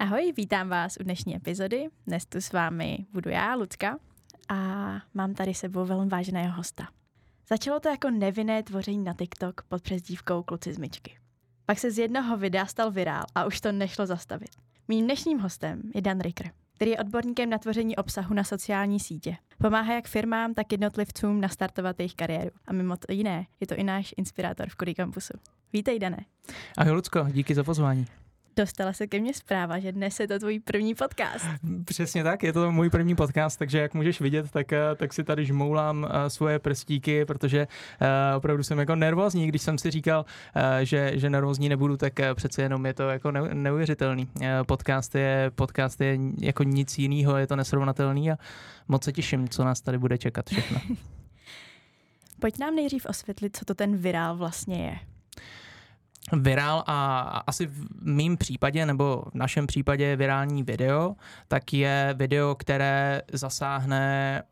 Ahoj, vítám vás u dnešní epizody. Dnes tu s vámi budu já, Lucka, a mám tady sebou velmi váženého hosta. Začalo to jako nevinné tvoření na TikTok pod přezdívkou Kluci z myčky. Pak se z jednoho videa stal virál a už to nešlo zastavit. Mým dnešním hostem je Dan Ricker, který je odborníkem na tvoření obsahu na sociální sítě. Pomáhá jak firmám, tak jednotlivcům nastartovat jejich kariéru. A mimo to jiné, je to i náš inspirátor v Kody Campusu. Vítej, Dané. Ahoj, Lucko, díky za pozvání. Dostala se ke mně zpráva, že dnes je to tvůj první podcast. Přesně tak, je to můj první podcast, takže jak můžeš vidět, tak si tady žmoulám svoje prstíky, protože opravdu jsem jako nervózní, když jsem si říkal, že nervózní nebudu, tak přece jenom je to jako neuvěřitelný. Podcast je jako nic jiného, je to nesrovnatelný a moc se těším, co nás tady bude čekat všechno. Pojď nám nejdřív osvětlit, co to ten virál vlastně je. Virál a asi v mým případě nebo v našem případě virální video, tak je video, které zasáhne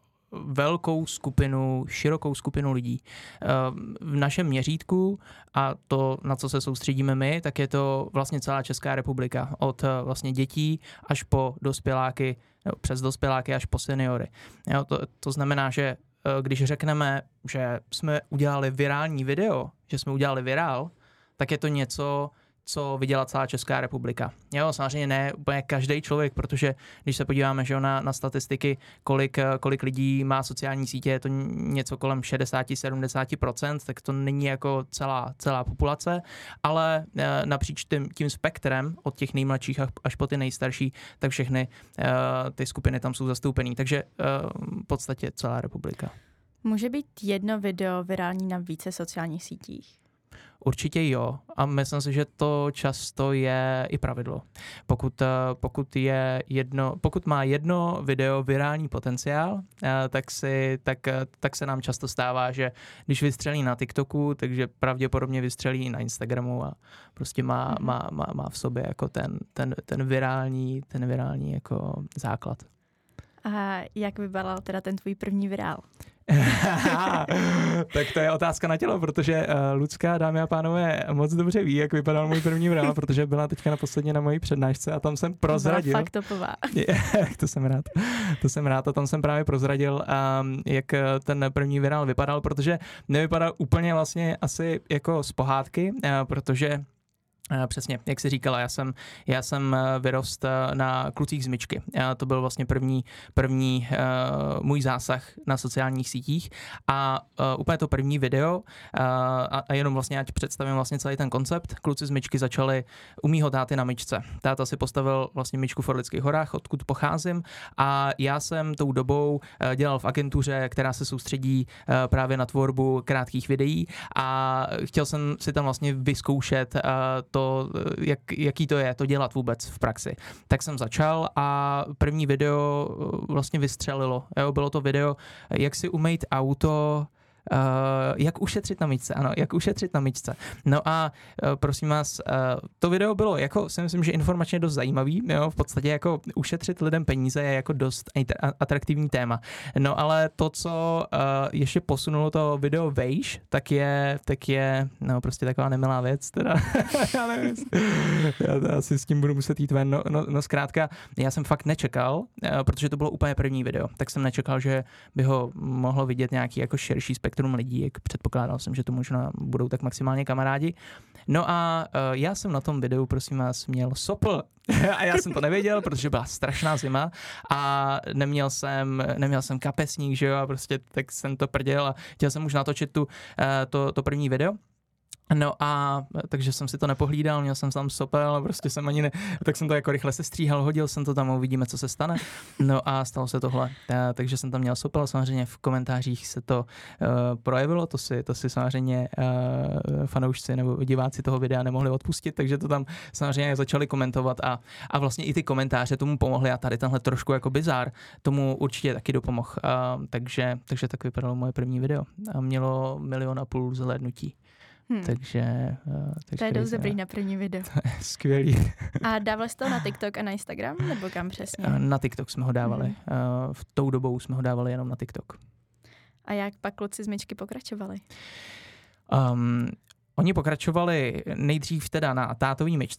širokou skupinu lidí. V našem měřítku a to, na co se soustředíme my, tak je to vlastně celá Česká republika. Od vlastně dětí až po dospěláky, přes dospěláky až po seniory. Jo, to znamená, že když řekneme, že jsme udělali virální video, že jsme udělali virál, tak je to něco, co viděla celá Česká republika. Jo, samozřejmě ne úplně každý člověk, protože když se podíváme že na statistiky, kolik lidí má sociální sítě, je to něco kolem 60-70%, tak to není jako celá populace, ale napříč tím spektrem od těch nejmladších až po ty nejstarší, tak všechny ty skupiny tam jsou zastoupený. Takže v podstatě celá republika. Může být jedno video virální na více sociálních sítích? Určitě jo a myslím si, že to často je i pravidlo. Pokud má jedno video virální potenciál, tak se nám často stává, že když vystřelí na TikToku, takže pravděpodobně vystřelí i na Instagramu a prostě má v sobě jako ten virální jako základ. A jak vypadal teda ten tvůj první virál? Tak to je otázka na tělo, protože Lucka, dámy a pánové, moc dobře ví, jak vypadal můj první virál, protože byla teďka naposledně na mojí přednášce a tam jsem prozradil. Byla fakt topová. To jsem rád a tam jsem právě prozradil, jak ten první virál vypadal, protože nevypadal úplně vlastně asi jako z pohádky, protože přesně, jak jsi říkala, já jsem vyrost na Klucích z myčky. To byl vlastně první můj zásah na sociálních sítích a úplně to první video a jenom vlastně ať představím vlastně celý ten koncept. Kluci z myčky začali u mýho táty na myčce. Táta si postavil vlastně myčku v Orlických horách, odkud pocházím a já jsem tou dobou dělal v agentuře, která se soustředí právě na tvorbu krátkých videí a chtěl jsem si tam vlastně vyzkoušet jaký to je, to dělat vůbec v praxi. Tak jsem začal a první video vlastně vystřelilo. Jo, bylo to video, jak si umýt auto, jak ušetřit na myčce, ano, jak ušetřit na myčce. No a prosím vás, to video bylo jako, si myslím, že informačně dost zajímavý, jo, v podstatě jako ušetřit lidem peníze je jako dost atraktivní téma. No ale to, co ještě posunulo to video vejš, tak je no prostě taková nemilá věc, teda, já nevím, já asi s tím budu muset jít ven, no zkrátka, já jsem fakt nečekal, protože to bylo úplně první video, tak jsem nečekal, že by ho mohlo vidět nějaký jako širší spektrum lidí, jak předpokládal jsem, že to možná budou tak maximálně kamarádi. No a já jsem na tom videu, prosím vás, měl sopl. A já jsem to nevěděl, protože byla strašná zima a neměl jsem kapesník, že jo, a prostě tak jsem to prděl a chtěl jsem už natočit to první video. No a takže jsem si to nepohlídal, měl jsem tam sopel a prostě jsem tak jsem to jako rychle sestříhal, hodil jsem to tam a uvidíme, co se stane. No a stalo se tohle. Takže jsem tam měl sopel, samozřejmě v komentářích se to projevilo, to si samozřejmě fanoušci nebo diváci toho videa nemohli odpustit, takže to tam samozřejmě začali komentovat a vlastně i ty komentáře tomu pomohly a tady tenhle trošku jako bizár tomu určitě taky dopomohl. Takže tak vypadalo moje první video a mělo 1,5 milionu zhlédnutí. Takže to je dost dobrý na první video. To je skvělý. A dával jsi to na TikTok a na Instagram, nebo kam přesně? Na TikTok jsme ho dávali. V tou dobou jsme ho dávali jenom na TikTok. A jak pak kluci z myčky pokračovali? Oni pokračovali nejdřív teda na tátový myčce,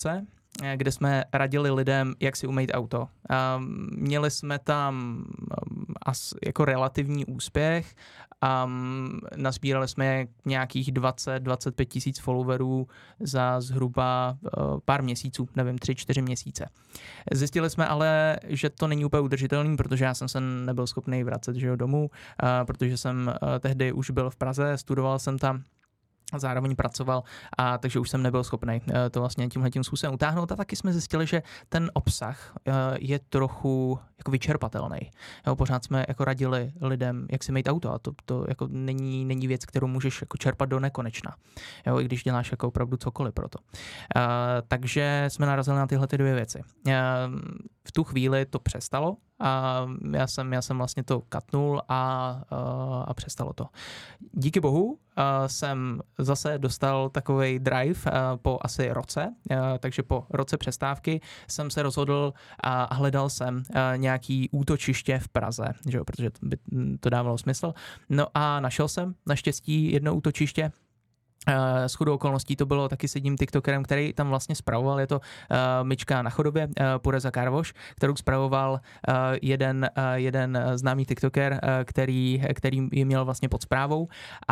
kde jsme radili lidem, jak si umýt auto. Měli jsme tam jako relativní úspěch. Nazbírali jsme nějakých 20-25 tisíc followerů za zhruba pár měsíců, nevím, 3-4 měsíce. Zjistili jsme ale, že to není úplně udržitelný, protože já jsem se nebyl schopný vracet domů, protože jsem tehdy už byl v Praze, studoval jsem tam, zároveň pracoval, a takže už jsem nebyl schopný to vlastně tímhletím způsobem utáhnout, a taky jsme zjistili, že ten obsah je trochu jako vyčerpatelný. Pořád jsme jako radili lidem, jak si mít auto, a to jako není věc, kterou můžeš jako čerpat do nekonečna, i když děláš jako opravdu cokoliv pro to. Takže jsme narazili na tyhle dvě věci. V tu chvíli to přestalo a já jsem vlastně to katnul a přestalo to. Díky bohu jsem zase dostal takovej drive po asi roce, takže po roce přestávky jsem se rozhodl a hledal jsem nějaký útočiště v Praze, že, protože by to dávalo smysl. No a našel jsem naštěstí jedno útočiště. Shodou okolností to bylo taky s jedním tiktokerem, který tam vlastně spravoval, je to Myčka na Chodově, Pureza Karvoš, kterou spravoval jeden známý tiktoker, který ji měl vlastně pod správou,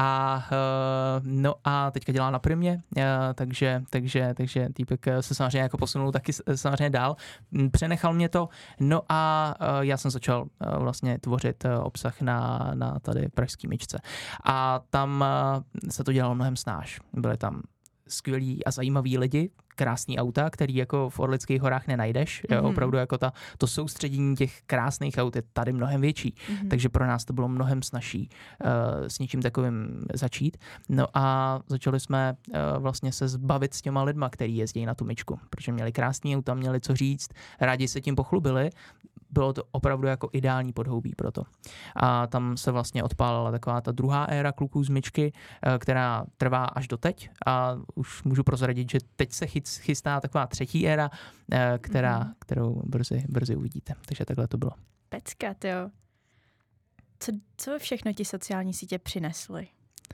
no a teďka dělá na Primě, takže týpek se samozřejmě jako posunul taky samozřejmě dál, přenechal mě to, no a já jsem začal vlastně tvořit obsah na tady pražský Myčce a tam se to dělalo mnohem snáš. Byly tam skvělí a zajímaví lidi, krásný auta, který jako v Orlických horách nenajdeš. Opravdu jako to soustředění těch krásných aut je tady mnohem větší. Takže pro nás to bylo mnohem snazší s něčím takovým začít. No a začali jsme vlastně se zbavit s těma lidma, který jezdí na tu Myčku, protože měli krásný auta, měli co říct, rádi se tím pochlubili. Bylo to opravdu jako ideální podhoubí pro to. A tam se vlastně odpálila taková ta druhá éra kluků z Myčky, která trvá až doteď, a už můžu prozradit, že teď se chystá taková třetí éra, kterou brzy uvidíte. Takže takhle to bylo. Pecka, jo. Co všechno ti sociální sítě přinesly?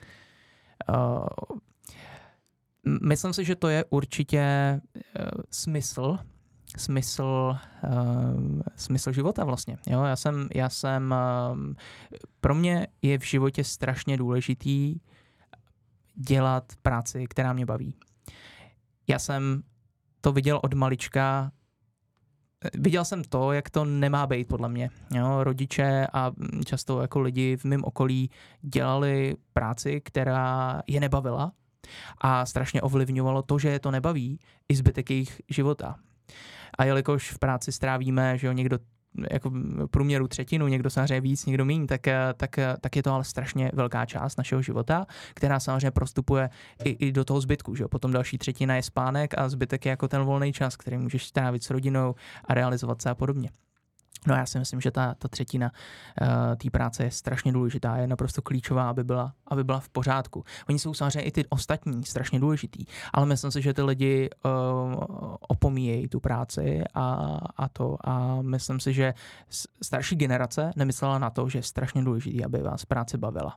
Myslím si, že to je určitě smysl života vlastně. Jo? Já jsem pro mě je v životě strašně důležitý dělat práci, která mě baví. Já jsem to viděl od malička. Viděl jsem to, jak to nemá být podle mě. Jo? Rodiče a často jako lidi v mém okolí dělali práci, která je nebavila, a strašně ovlivňovalo to, že je to nebaví, i zbytek jejich života. A jelikož v práci strávíme, že jo, někdo jako průměru třetinu, někdo samozřejmě víc, někdo míň, tak je to ale strašně velká část našeho života, která samozřejmě prostupuje i do toho zbytku. Že jo. Potom další třetina je spánek a zbytek je jako ten volný čas, který můžeš strávit s rodinou a realizovat se a podobně. No já si myslím, že ta třetina té práce je strašně důležitá, je naprosto klíčová, aby byla v pořádku. Oni jsou samozřejmě i ty ostatní strašně důležitý, ale myslím si, že ty lidi opomíjejí tu práci a myslím si, že starší generace nemyslela na to, že je strašně důležitý, aby vás práce bavila.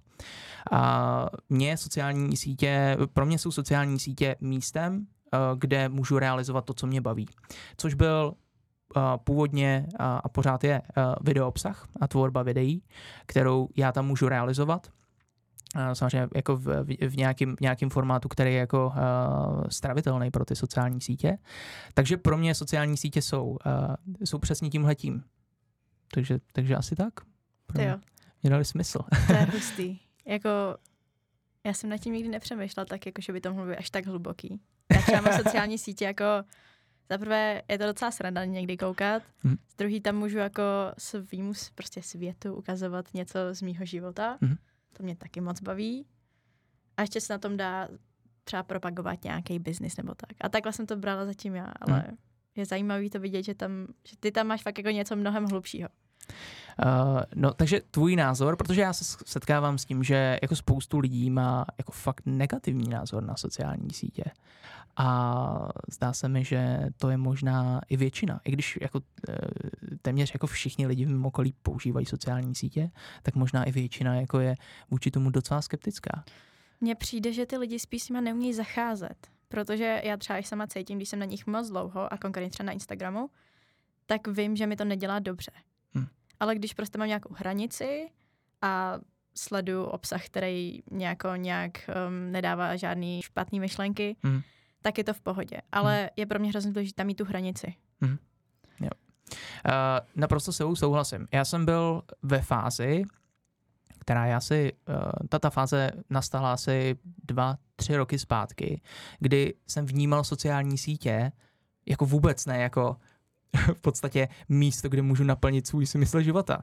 Pro mě jsou sociální sítě místem, kde můžu realizovat to, co mě baví. Což byl původně a pořád je videoobsah a tvorba videí, kterou já tam můžu realizovat. Samozřejmě jako v nějakým formátu, který je jako stravitelný pro ty sociální sítě. Takže pro mě sociální sítě jsou přesně tímhletím. Takže asi tak. Mě dali smysl. To je hustý. Jako, já jsem nad tím nikdy nepřemýšlela tak, jako, že by to mohlo být až tak hluboký. Já třeba mám sociální sítě jako zaprvé je to docela sranda někdy koukat, z druhý tam můžu jako svýmu prostě světu ukazovat něco z mýho života, to mě taky moc baví a ještě se na tom dá třeba propagovat nějaký biznis nebo tak. A takhle jsem to brala zatím já, ale je zajímavý to vidět, že ty tam máš fakt jako něco mnohem hlubšího. No, takže tvůj názor, protože já se setkávám s tím, že jako spoustu lidí má jako fakt negativní názor na sociální sítě. A zdá se mi, že to je možná i většina. I když jako téměř jako všichni lidi v mém okolí používají sociální sítě, tak možná i většina jako je vůči tomu docela skeptická. Mně přijde, že ty lidi spíš s nima neumějí zacházet. protože já třeba sama cítím, když jsem na nich moc dlouho a konkrétně třeba na Instagramu, tak vím, že mi to nedělá dobře. Ale když prostě mám nějakou hranici a sleduju obsah, který nějak nedává žádný špatný myšlenky, tak je to v pohodě. Ale je pro mě hrozně důležité mít tu hranici. Jo. Naprosto se souhlasím. Já jsem byl ve fázi, která je asi, ta fáze nastala asi 2-3 roky zpátky, kdy jsem vnímal sociální sítě jako vůbec ne jako v podstatě místo, kde můžu naplnit svůj smysl života.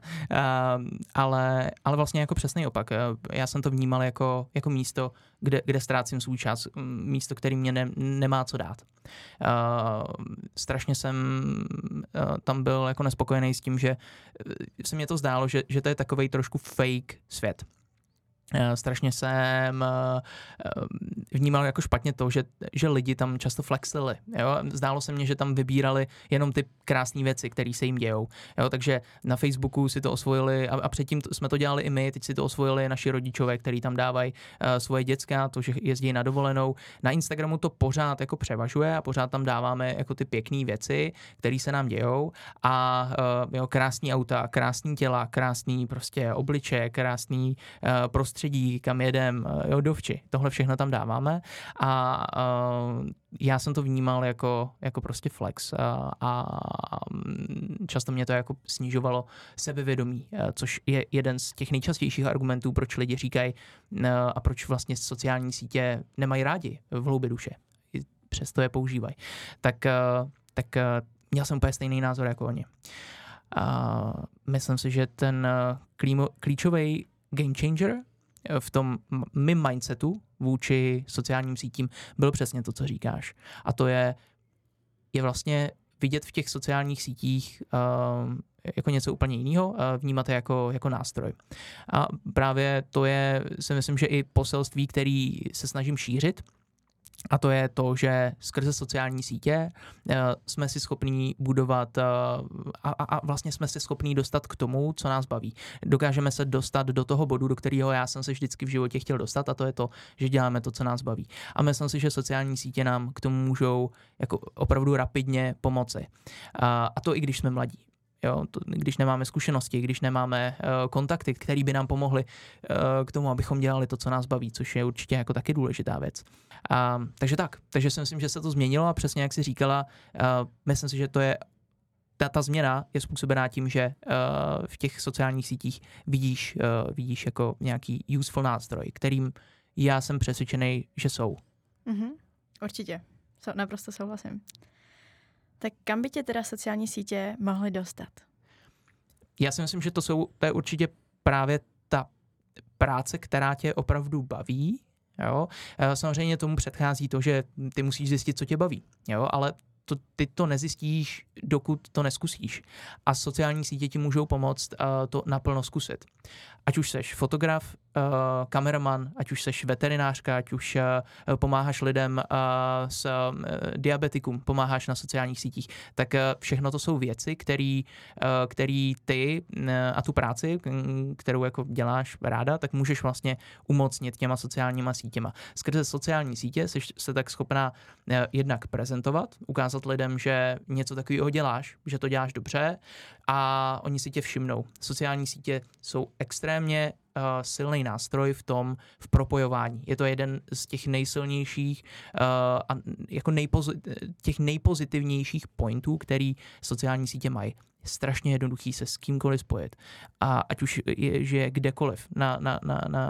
Ale vlastně jako přesný opak. Já jsem to vnímal jako místo, kde ztrácím svůj čas, místo, který mě nemá co dát. Strašně jsem tam byl jako nespokojený s tím, že se mně to zdálo, že to je takovej trošku fake svět. Strašně jsem vnímal jako špatně to, že lidi tam často flexili. Jo? Zdálo se mně, že tam vybírali jenom ty krásné věci, které se jim dějou. Jo? Takže na Facebooku si to osvojili a předtím jsme to dělali i my, teď si to osvojili naši rodičové, kteří tam dávají svoje děcka, to, že jezdí na dovolenou. Na Instagramu to pořád jako převažuje a pořád tam dáváme jako ty pěkné věci, které se nám dějou a krásný auta, krásný těla, krásný prostě obliče, krásný prostředí, kam jedem, do vči. Tohle všechno tam dáváme a já jsem to vnímal jako prostě flex a často mě to jako snižovalo sebevědomí, což je jeden z těch nejčastějších argumentů, proč lidi říkají a proč vlastně sociální sítě nemají rádi v hloubi duše. Přesto je používají. Tak měl jsem úplně stejný názor jako oni. Myslím si, že ten klíčový game changer v tom mým mindsetu vůči sociálním sítím byl přesně to, co říkáš. A to je vlastně vidět v těch sociálních sítích jako něco úplně jiného, vnímat je jako nástroj. A právě to je, si myslím, že i poselství, který se snažím šířit, a to je to, že skrze sociální sítě jsme si schopní budovat a vlastně jsme si schopní dostat k tomu, co nás baví. Dokážeme se dostat do toho bodu, do kterého já jsem se vždycky v životě chtěl dostat, a to je to, že děláme to, co nás baví. A myslím si, že sociální sítě nám k tomu můžou jako opravdu rapidně pomoci. A to i když jsme mladí. Jo, když nemáme zkušenosti, když nemáme kontakty, které by nám pomohly k tomu, abychom dělali to, co nás baví, což je určitě jako taky důležitá věc. Takže si myslím, že se to změnilo a přesně jak jsi říkala, myslím si, že to je ta změna je způsobená tím, že v těch sociálních sítích vidíš jako nějaký useful nástroj, kterým já jsem přesvědčený, že jsou. Určitě, naprosto souhlasím. Tak kam by tě teda sociální sítě mohly dostat? Já si myslím, že to je určitě právě ta práce, která tě opravdu baví. Jo? Samozřejmě tomu předchází to, že ty musíš zjistit, co tě baví. Jo? Ale ty to nezjistíš, dokud to neskusíš. A sociální sítě ti můžou pomoct to naplno zkusit. Ať už seš fotograf, kameraman, ať už seš veterinářka, ať už pomáháš lidem s diabetikům, pomáháš na sociálních sítích, tak všechno to jsou věci, který ty a tu práci, kterou jako děláš ráda, tak můžeš vlastně umocnit těma sociálníma sítěma. Skrze sociální sítě jsi se tak schopná jednak prezentovat, ukázat lidem, že něco takového děláš, že to děláš dobře a oni si tě všimnou. Sociální sítě jsou extrémně silný nástroj v propojování. Je to jeden z těch nejsilnějších a jako těch nejpozitivnějších pointů, který sociální sítě mají. Je strašně jednoduchý se s kýmkoliv spojit. A ať už je kdekoliv na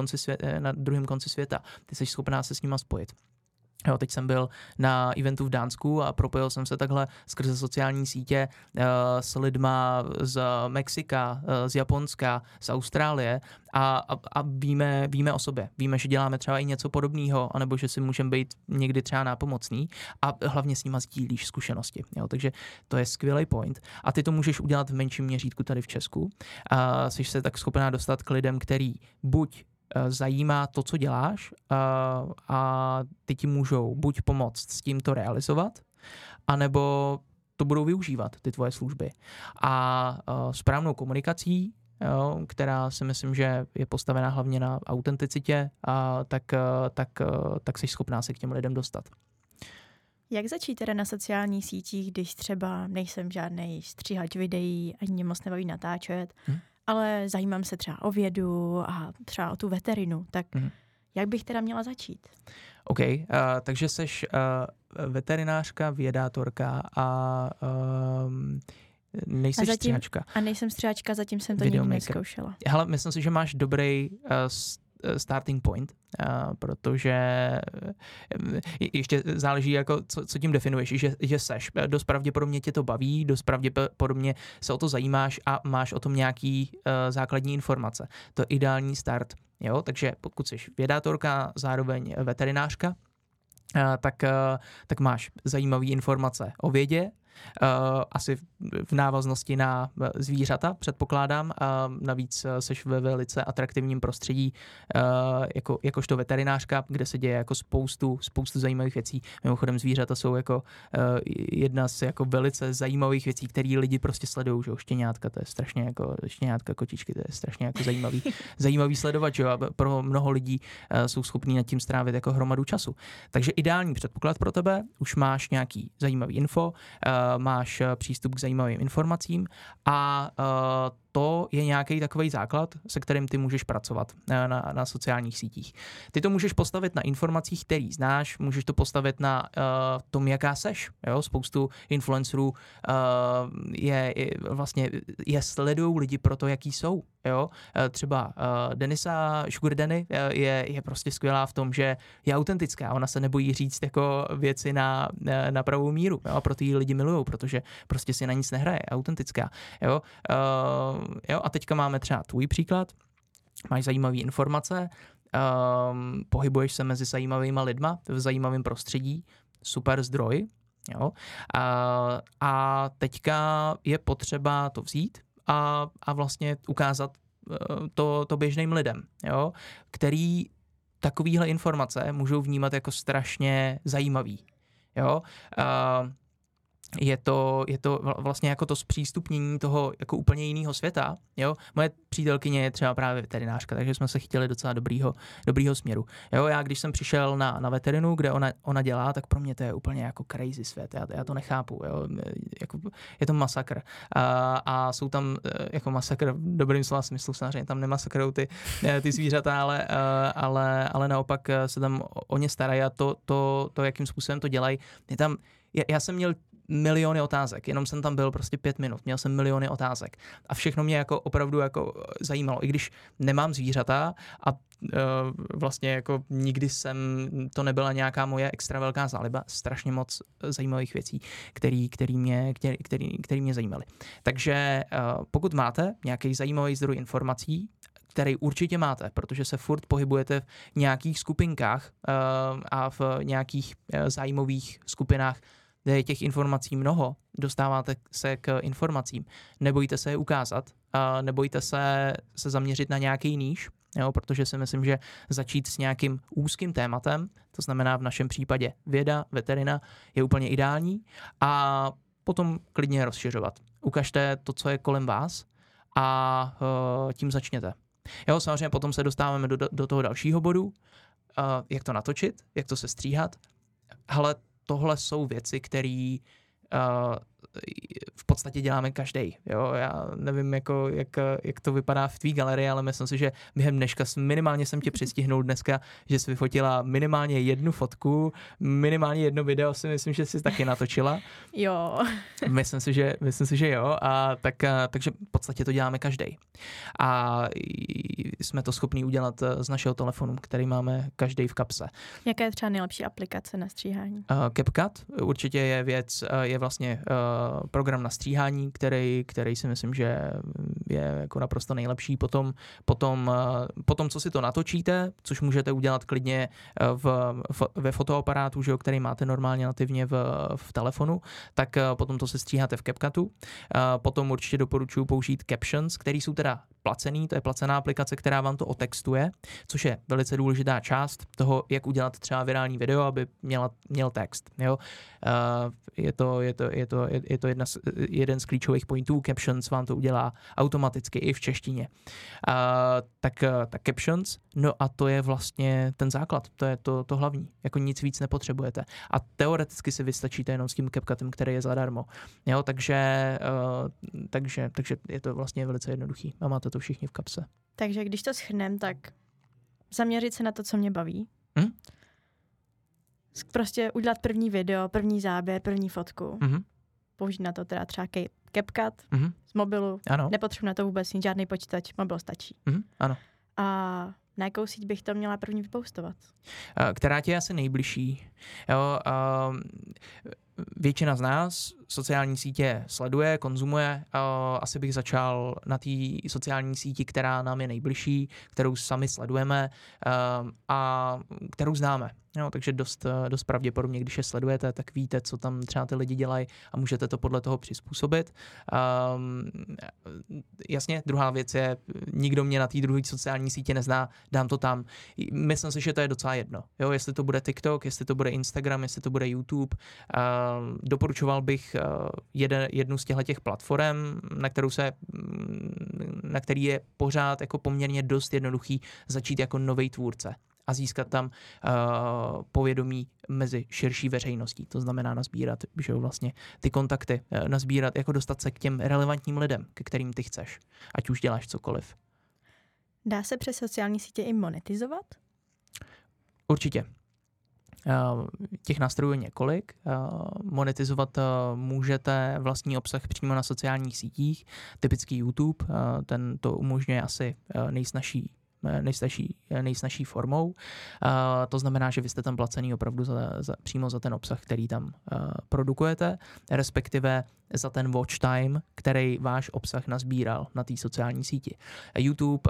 druhém konci světa, ty jsi schopná se s nima spojit. Jo, teď jsem byl na eventu v Dánsku a propojil jsem se takhle skrze sociální sítě s lidma z Mexika, z Japonska, z Austrálie a víme o sobě. Víme, že děláme třeba i něco podobného, anebo že si můžeme být někdy třeba nápomocný a hlavně s nima sdílíš zkušenosti. Jo, takže to je skvělý point. A ty to můžeš udělat v menším měřítku tady v Česku. Jsi se tak schopná dostat k lidem, který buď zajímá to, co děláš a ty ti můžou buď pomoct s tím to realizovat, anebo to budou využívat, ty tvoje služby. A správnou komunikací jo, která si myslím, že je postavená hlavně na autenticitě, tak jsi schopná se k těm lidem dostat. Jak začít teda na sociálních sítích, když třeba nejsem žádnej stříhač videí, ani mě moc nebaví natáčet, ale zajímám se třeba o vědu a třeba o tu veterinu, tak jak bych teda měla začít? OK, takže seš veterinářka, vědátorka a nejseš stříhačka. A nejsem stříhačka, zatím jsem to nikdy nezkoušela. Hele, myslím si, že máš dobrý starting point, protože ještě záleží, jako, co tím definuješ, že seš. Dost pravděpodobně tě to baví, dost pravděpodobně se o to zajímáš a máš o tom nějaký základní informace. To je ideální start. Jo? Takže pokud jsi vědátorka, zároveň veterinářka, tak máš zajímavé informace o vědě, asi v návaznosti na zvířata, předpokládám. Navíc seš ve velice atraktivním prostředí jakožto veterinářka, kde se děje jako spoustu zajímavých věcí. Mimochodem zvířata jsou jako jedna z jako velice zajímavých věcí, které lidi prostě sledují, že štěňátka, to je strašně jako štěňátka, kočičky, to je strašně jako zajímavý sledovat, že jo, a pro mnoho lidí jsou schopní nad tím strávit jako hromadu času. Takže ideální předpoklad pro tebe, už máš nějaký zajímavý info, máš přístup k zajímavým informacím a to je nějaký takový základ, se kterým ty můžeš pracovat na sociálních sítích. Ty to můžeš postavit na informacích, který znáš, můžeš to postavit na tom, jaká seš. Jo? Spoustu influencerů je sledují lidi pro to, jaký jsou. Jo? Třeba Denisa Sugar Danny je prostě skvělá v tom, že je autentická. Ona se nebojí říct jako věci na pravou míru. Jo? A proto ji lidi milujou, protože prostě si na nic nehraje. Je autentická. Jo? A teďka máme třeba tvůj příklad. Máš zajímavé informace, pohybuješ se mezi zajímavýma lidma v zajímavém prostředí, super zdroj. Jo? A teďka je potřeba to vzít a vlastně ukázat to běžným lidem, jo? Který takovýhle informace můžou vnímat jako strašně zajímavý. Jo? Je to vlastně jako to zpřístupnění toho jako úplně jiného světa. Jo? Moje přítelkyně je třeba právě veterinářka, takže jsme se chytili docela dobrýho směru. Jo? Já když jsem přišel na veterinu, kde ona dělá, tak pro mě to je úplně jako crazy svět. Já to nechápu. Jo? Je to masakr. A jsou tam jako masakr v dobrým slova smyslu, samozřejmě tam nemasakrujou ty zvířata, ale naopak se tam o ně starají a to jakým způsobem to dělají. Já jsem měl miliony otázek, jenom jsem tam byl prostě 5 minut, měl jsem miliony otázek a všechno mě jako opravdu jako zajímalo, i když nemám zvířata a vlastně jako nikdy to nebyla nějaká moje extra velká záliba, strašně moc zajímavých věcí, který mě zajímaly. Takže pokud máte nějaký zajímavý zdroj informací, který určitě máte, protože se furt pohybujete v nějakých skupinkách a v nějakých zájmových skupinách, kde je těch informací mnoho, dostáváte se k informacím. Nebojte se je ukázat, nebojte se zaměřit na nějaký níž, jo, protože si myslím, že začít s nějakým úzkým tématem, to znamená v našem případě věda, veterina, je úplně ideální a potom klidně rozšiřovat. Ukažte to, co je kolem vás a tím začněte. Jo, samozřejmě potom se dostáváme do toho dalšího bodu, jak to natočit, jak to sestříhat, ale tohle jsou věci, které v podstatě děláme každý. Já nevím, jak to vypadá v tvý galerii, ale myslím si, že během dneška minimálně jsem tě přistihnul dneska, že jsi vyfotila minimálně jednu fotku, minimálně jedno video si myslím, že jsi taky natočila. Jo. Myslím si, že jo. Takže v podstatě to děláme každý. A jsme to schopni udělat z našeho telefonu, který máme každý v kapse. Jaká je třeba nejlepší aplikace na stříhání? CapCut určitě je věc, je vlastně program na stříhání, který si myslím, že je jako naprosto nejlepší. Potom, co si to natočíte, což můžete udělat klidně ve fotoaparátu, že, který máte normálně nativně v telefonu, tak potom to se stříháte v CapCutu. Potom určitě doporučuji použít Captions, který jsou teda placený, to je placená aplikace, která vám to otextuje, což je velice důležitá část toho, jak udělat třeba virální video, aby měl text. Jo? Je to jeden z klíčových pointů, Captions vám to udělá automaticky i v češtině. Tak Captions, no a to je vlastně ten základ, to je to hlavní, jako nic víc nepotřebujete. A teoreticky si vystačíte jenom s tím CapCutem, který je zadarmo. Jo? Takže je to vlastně velice jednoduchý a máte to všichni v kapse. Takže když to shrnem, tak zaměřit se na to, co mě baví. Prostě udělat první video, první záběr, první fotku. Použít na to teda třeba CapCut z mobilu. Ano. Nepotřebuji na to vůbec nic, žádný počítač, mobil stačí. Ano. A na jakou síť bych to měla první vypostovat? Která ti je asi nejbližší. Jo, většina z nás sociální sítě sleduje, konzumuje. Asi bych začal na té sociální síti, která nám je nejbližší, kterou sami sledujeme a kterou známe. Jo, takže dost pravděpodobně, když je sledujete, tak víte, co tam třeba ty lidi dělají a můžete to podle toho přizpůsobit. Jasně, druhá věc je, nikdo mě na té druhé sociální sítě nezná, dám to tam. Myslím si, že to je docela jedno. Jo, jestli to bude TikTok, jestli to bude Instagram, jestli to bude YouTube. Doporučoval bych jednu z těch platform, na který je pořád jako poměrně dost jednoduchý začít jako nový tvůrce a získat tam povědomí mezi širší veřejností. To znamená nazbírat, že vlastně ty kontakty, nazbírat, jako dostat se k těm relevantním lidem, ke kterým ty chceš, ať už děláš cokoliv. Dá se přes sociální sítě i monetizovat? Určitě. Těch nástrojů je několik. Monetizovat můžete vlastní obsah přímo na sociálních sítích. Typický YouTube, ten to umožňuje asi nejsnažší formou. To znamená, že vy jste tam placený opravdu přímo za ten obsah, který tam produkujete, respektive za ten watch time, který váš obsah nazbíral na té sociální síti. YouTube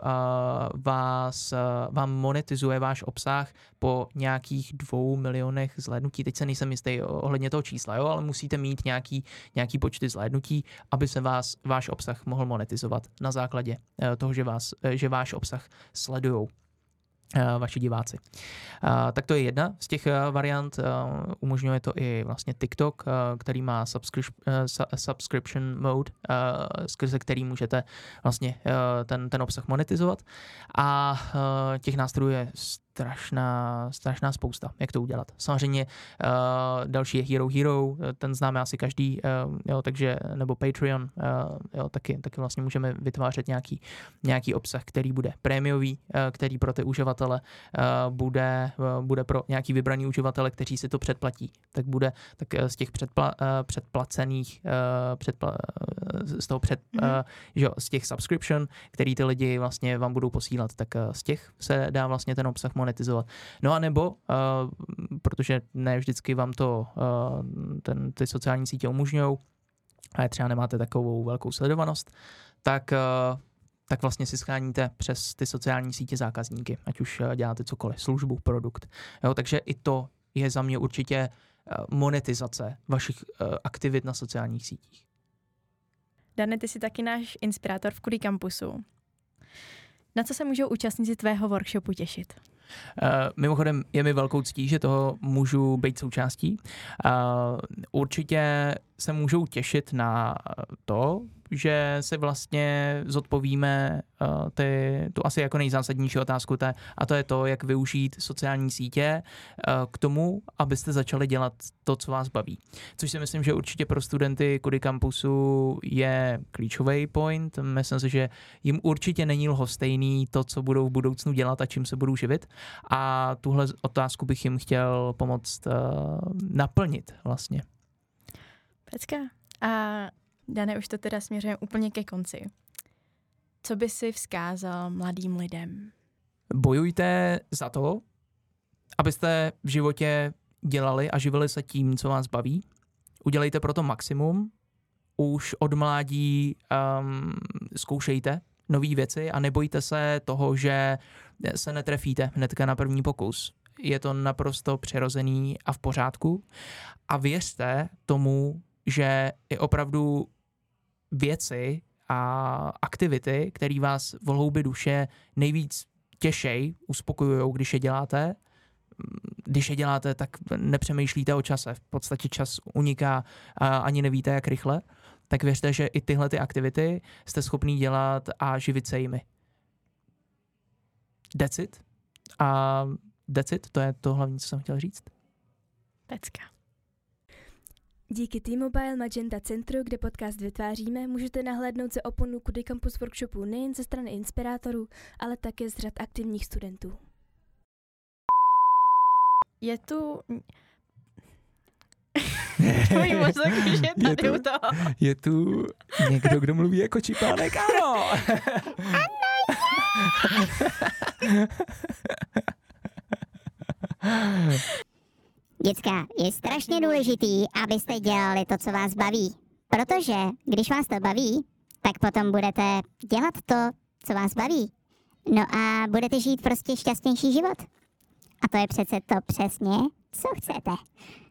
vám monetizuje váš obsah po nějakých 2 milionech zhlédnutí. Teď se nejsem jistý ohledně toho čísla, jo, ale musíte mít nějaký počty zhlédnutí, aby se váš obsah mohl monetizovat na základě toho, že váš obsah sledujou vaši diváci. Tak to je jedna z těch variant. Umožňuje to i vlastně TikTok, který má subscription mode, skrze který můžete vlastně ten obsah monetizovat. A těch nástrojů je strašná spousta, jak to udělat. Samozřejmě další je Hero, ten známe asi každý, jo, takže, nebo Patreon, jo, taky vlastně můžeme vytvářet nějaký obsah, který bude prémiový, který pro ty uživatele bude pro nějaký vybraný uživatele, kteří si to předplatí. Tak z těch předplacených, z těch subscription, který ty lidi vlastně vám budou posílat, tak z těch se dá vlastně ten obsah monetizovat. No a nebo, protože ne vždycky vám to ty sociální sítě umožňují, a třeba nemáte takovou velkou sledovanost, tak vlastně si scháníte přes ty sociální sítě zákazníky, ať už děláte cokoliv, službu, produkt. Jo, takže i to je za mě určitě monetizace vašich aktivit na sociálních sítích. Dane, ty jsi taky náš inspirátor v Kudy Campusu. Na co se můžou účastníci tvého workshopu těšit? Mimochodem je mi velkou ctí, že toho můžu být součástí. Určitě se můžou těšit na to, že si vlastně zodpovíme tu asi jako nejzásadnější otázku, a to je to, jak využít sociální sítě k tomu, abyste začali dělat to, co vás baví. Což si myslím, že určitě pro studenty Kudy Campusu je klíčový point. Myslím si, že jim určitě není lhostejný to, co budou v budoucnu dělat a čím se budou živit. A tuhle otázku bych jim chtěl pomoct naplnit vlastně. Pecka. A Dane, už to teda směřujeme úplně ke konci. Co by si vzkázal mladým lidem? Bojujte za to, abyste v životě dělali a živili se tím, co vás baví. Udělejte pro to maximum. Už od mládí zkoušejte nové věci a nebojte se toho, že se netrefíte hnedka na první pokus. Je to naprosto přirozený a v pořádku. A věřte tomu, že i opravdu věci aktivity, které vás v hloubi duše nejvíc těšej, uspokojujou, když je děláte. Když je děláte, tak nepřemýšlíte o čase. V podstatě čas uniká a ani nevíte, jak rychle. Tak věřte, že i tyhle ty aktivity jste schopný dělat a živit se jimi. That's it. A that's it, to je to hlavní, co jsem chtěl říct. Pecka. Díky T-Mobile Magenta Centru, kde podcast vytváříme, můžete nahlédnout za oponu Kudy Campus workshopu nejen ze strany inspirátorů, ale také z řad aktivních studentů. Je tu... Můj mozek už je tady u toho. Je tu někdo, kdo mluví jako čipánek, ano! Děcka, je strašně důležitý, abyste dělali to, co vás baví. Protože když vás to baví, tak potom budete dělat to, co vás baví. No a budete žít prostě šťastnější život. A to je přece to přesně, co chcete.